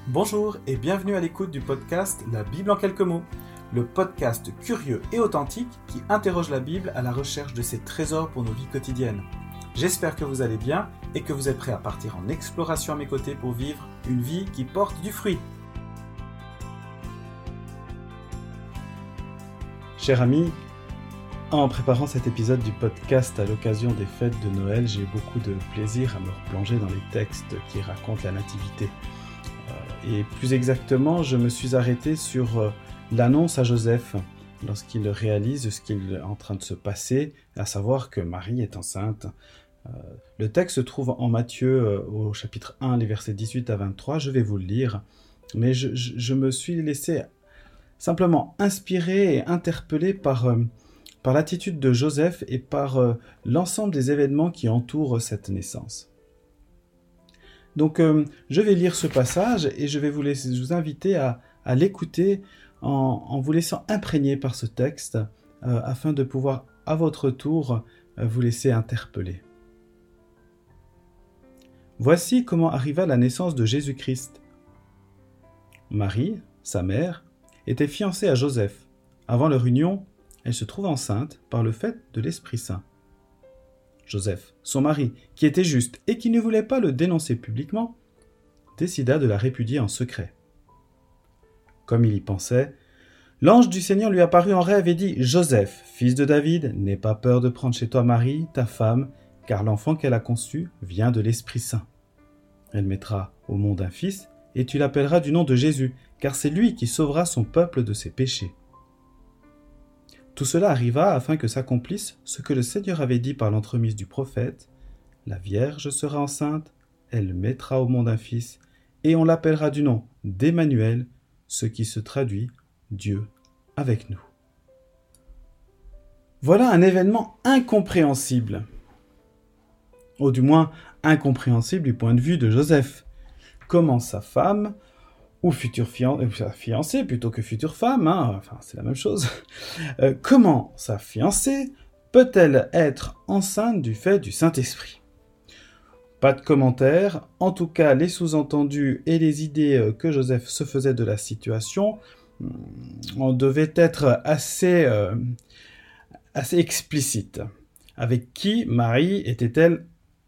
Bonjour et bienvenue à l'écoute du podcast La Bible en quelques mots, le podcast curieux et authentique qui interroge la Bible à la recherche de ses trésors pour nos vies quotidiennes. J'espère que vous allez bien et que vous êtes prêts à partir en exploration à mes côtés pour vivre une vie qui porte du fruit. Chers amis, en préparant cet épisode du podcast à l'occasion des fêtes de Noël, j'ai eu beaucoup de plaisir à me replonger dans les textes qui racontent la nativité. Et plus exactement, je me suis arrêté sur l'annonce à Joseph lorsqu'il réalise ce qu'il est en train de se passer, à savoir que Marie est enceinte. Le texte se trouve en Matthieu au chapitre 1, les versets 18 à 23. Je vais vous le lire, mais je me suis laissé simplement inspiré et interpellé par l'attitude de Joseph et par l'ensemble des événements qui entourent cette naissance. Donc, je vais lire ce passage et je vais vous inviter à l'écouter en vous laissant imprégner par ce texte afin de pouvoir, à votre tour, vous laisser interpeller. Voici comment arriva la naissance de Jésus-Christ. Marie, sa mère, était fiancée à Joseph. Avant leur union, elle se trouve enceinte par le fait de l'Esprit Saint. Joseph, son mari, qui était juste et qui ne voulait pas le dénoncer publiquement, décida de la répudier en secret. Comme il y pensait, l'ange du Seigneur lui apparut en rêve et dit « Joseph, fils de David, n'aie pas peur de prendre chez toi Marie, ta femme, car l'enfant qu'elle a conçu vient de l'Esprit Saint. Elle mettra au monde un fils, et tu l'appelleras du nom de Jésus, car c'est lui qui sauvera son peuple de ses péchés. » Tout cela arriva afin que s'accomplisse ce que le Seigneur avait dit par l'entremise du prophète. La Vierge sera enceinte, elle mettra au monde un fils, et on l'appellera du nom d'Emmanuel, ce qui se traduit Dieu avec nous. Voilà un événement incompréhensible. Ou du moins incompréhensible du point de vue de Joseph. Comment sa femme, ou future fiancée plutôt que future femme, c'est la même chose. Comment sa fiancée peut-elle être enceinte du fait du Saint-Esprit ? Pas de commentaires, en tout cas les sous-entendus et les idées que Joseph se faisait de la situation devaient être assez explicites. Avec qui Marie était-elle allée ?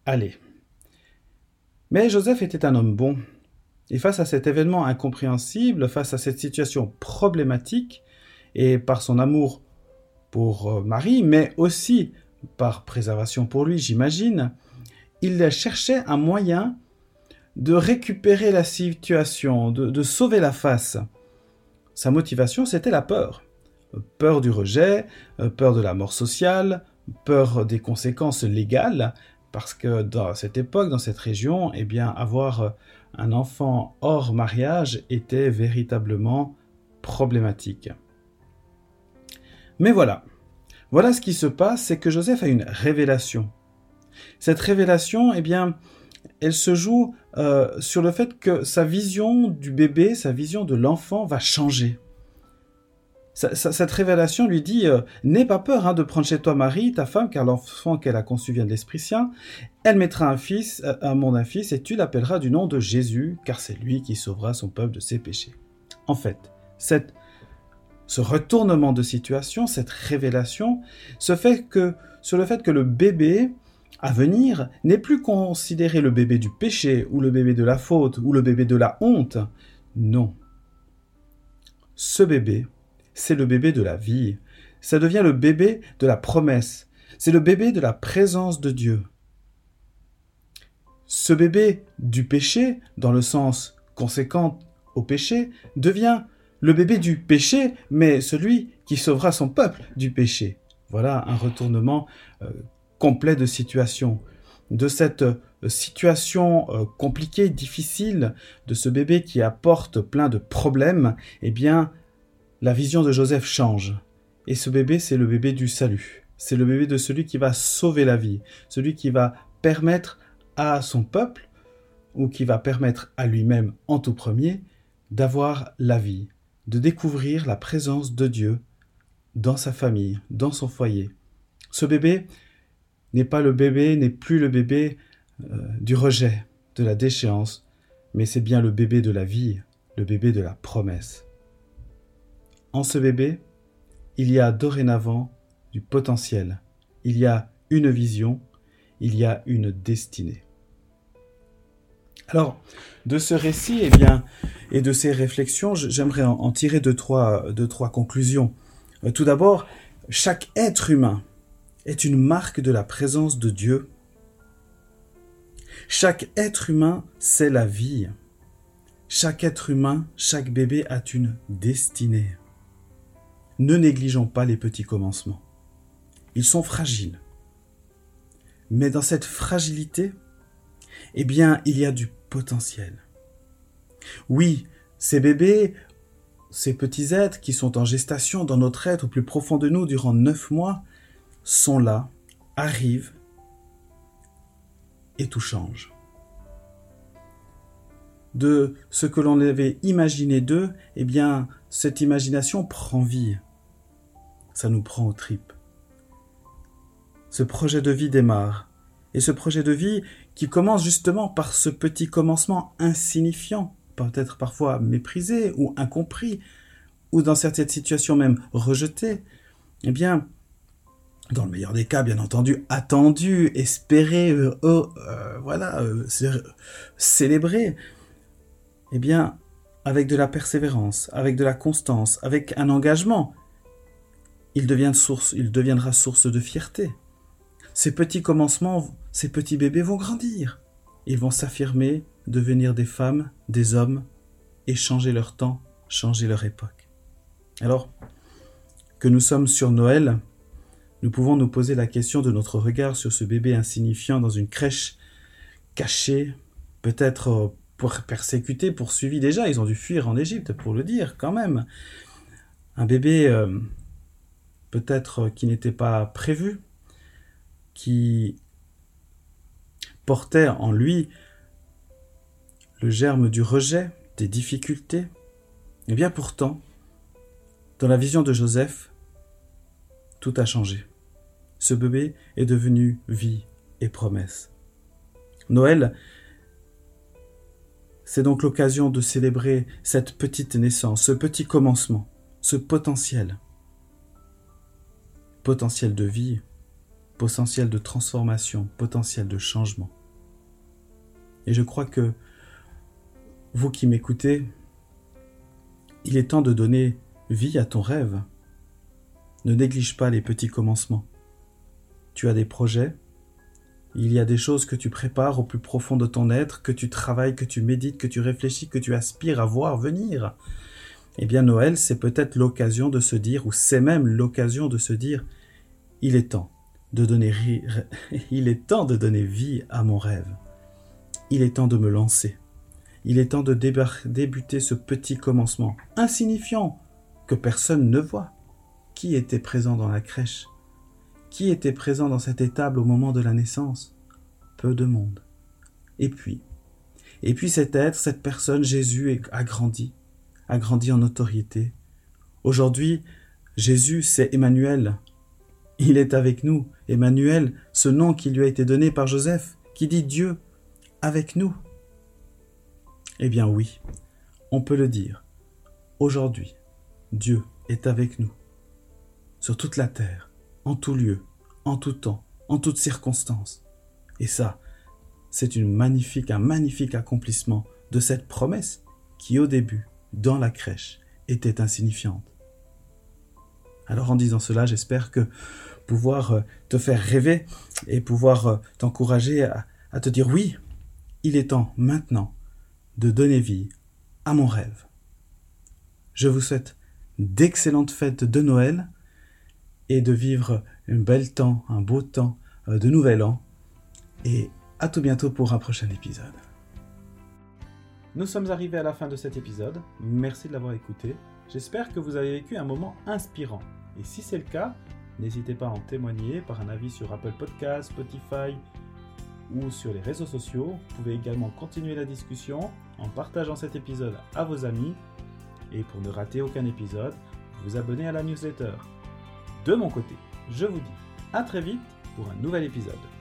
Mais Joseph était un homme bon. Et face à cet événement incompréhensible, face à cette situation problématique, et par son amour pour Marie, mais aussi par préservation pour lui, j'imagine, il cherchait un moyen de récupérer la situation, de sauver la face. Sa motivation, c'était la peur. Peur du rejet, peur de la mort sociale, peur des conséquences légales, parce que dans cette époque, dans cette région, avoir un enfant hors mariage était véritablement problématique. Mais voilà ce qui se passe, c'est que Joseph a une révélation. Cette révélation, elle se joue sur le fait que sa vision du bébé, sa vision de l'enfant va changer. Cette révélation lui dit « N'aie pas peur de prendre chez toi Marie, ta femme, car l'enfant qu'elle a conçu vient de l'Esprit Saint. Elle mettra un monde un fils, et tu l'appelleras du nom de Jésus, car c'est lui qui sauvera son peuple de ses péchés. » En fait, ce retournement de situation, cette révélation, se fait sur le fait que le bébé à venir n'est plus considéré le bébé du péché, ou le bébé de la faute, ou le bébé de la honte. Non. Ce bébé, c'est le bébé de la vie. Ça devient le bébé de la promesse. C'est le bébé de la présence de Dieu. Ce bébé du péché, dans le sens conséquent au péché, devient le bébé du péché, mais celui qui sauvera son peuple du péché. Voilà un retournement complet de situation. De cette situation compliquée, difficile, de ce bébé qui apporte plein de problèmes, la vision de Joseph change. Et ce bébé, c'est le bébé du salut. C'est le bébé de celui qui va sauver la vie, celui qui va permettre à son peuple, ou qui va permettre à lui-même en tout premier, d'avoir la vie, de découvrir la présence de Dieu dans sa famille, dans son foyer. Ce bébé n'est plus le bébé du rejet, de la déchéance, mais c'est bien le bébé de la vie, le bébé de la promesse. En ce bébé, il y a dorénavant du potentiel, il y a une vision, il y a une destinée. Alors, de ce récit et de ces réflexions, j'aimerais en tirer deux, trois conclusions. Tout d'abord, chaque être humain est une marque de la présence de Dieu. Chaque être humain, c'est la vie. Chaque être humain, chaque bébé a une destinée. Ne négligeons pas les petits commencements. Ils sont fragiles. Mais dans cette fragilité, il y a du potentiel. Oui, ces bébés, ces petits êtres qui sont en gestation dans notre être au plus profond de nous durant 9 mois, sont là, arrivent, et tout change. De ce que l'on avait imaginé d'eux, cette imagination prend vie. Ça nous prend aux tripes. Ce projet de vie démarre. Et ce projet de vie qui commence justement par ce petit commencement insignifiant, peut-être parfois méprisé ou incompris, ou dans certaines situations même rejeté, dans le meilleur des cas, bien entendu, attendu, espéré, célébré, avec de la persévérance, avec de la constance, avec un engagement, il deviendra source de fierté. Ces petits commencements, ces petits bébés vont grandir. Ils vont s'affirmer, devenir des femmes, des hommes, et changer leur temps, changer leur époque. Alors, que nous sommes sur Noël, nous pouvons nous poser la question de notre regard sur ce bébé insignifiant dans une crèche, caché, peut-être persécuté, poursuivi déjà. Ils ont dû fuir en Égypte, pour le dire, quand même. Un bébé, peut-être qui n'était pas prévu, qui portait en lui le germe du rejet, des difficultés. Pourtant, dans la vision de Joseph, tout a changé. Ce bébé est devenu vie et promesse. Noël, c'est donc l'occasion de célébrer cette petite naissance, ce petit commencement, ce potentiel. Potentiel de vie, potentiel de transformation, potentiel de changement. Et je crois que vous qui m'écoutez, il est temps de donner vie à ton rêve. Ne néglige pas les petits commencements. Tu as des projets, il y a des choses que tu prépares au plus profond de ton être, que tu travailles, que tu médites, que tu réfléchis, que tu aspires à voir venir. Noël, c'est peut-être l'occasion de se dire, ou c'est même l'occasion de se dire, il est temps de donner vie à mon rêve. Il est temps de me lancer. Il est temps de débuter ce petit commencement insignifiant que personne ne voit. Qui était présent dans la crèche? Qui était présent dans cette étable au moment de la naissance? Peu de monde. Et puis cet être, cette personne, Jésus, a grandi en autorité. Aujourd'hui, Jésus, c'est Emmanuel. Il est avec nous. Emmanuel, ce nom qui lui a été donné par Joseph, qui dit Dieu avec nous. Oui, on peut le dire. Aujourd'hui, Dieu est avec nous. Sur toute la terre, en tout lieu, en tout temps, en toutes circonstances. Et ça, c'est un magnifique accomplissement de cette promesse qui, au début, dans la crèche, était insignifiante. Alors en disant cela, j'espère que pouvoir te faire rêver et pouvoir t'encourager à te dire oui, il est temps maintenant de donner vie à mon rêve. Je vous souhaite d'excellentes fêtes de Noël et de vivre un beau temps de Nouvel An. Et à tout bientôt pour un prochain épisode. Nous sommes arrivés à la fin de cet épisode. Merci de l'avoir écouté. J'espère que vous avez vécu un moment inspirant. Et si c'est le cas, n'hésitez pas à en témoigner par un avis sur Apple Podcasts, Spotify ou sur les réseaux sociaux. Vous pouvez également continuer la discussion en partageant cet épisode à vos amis. Et pour ne rater aucun épisode, vous abonnez à la newsletter. De mon côté, je vous dis à très vite pour un nouvel épisode.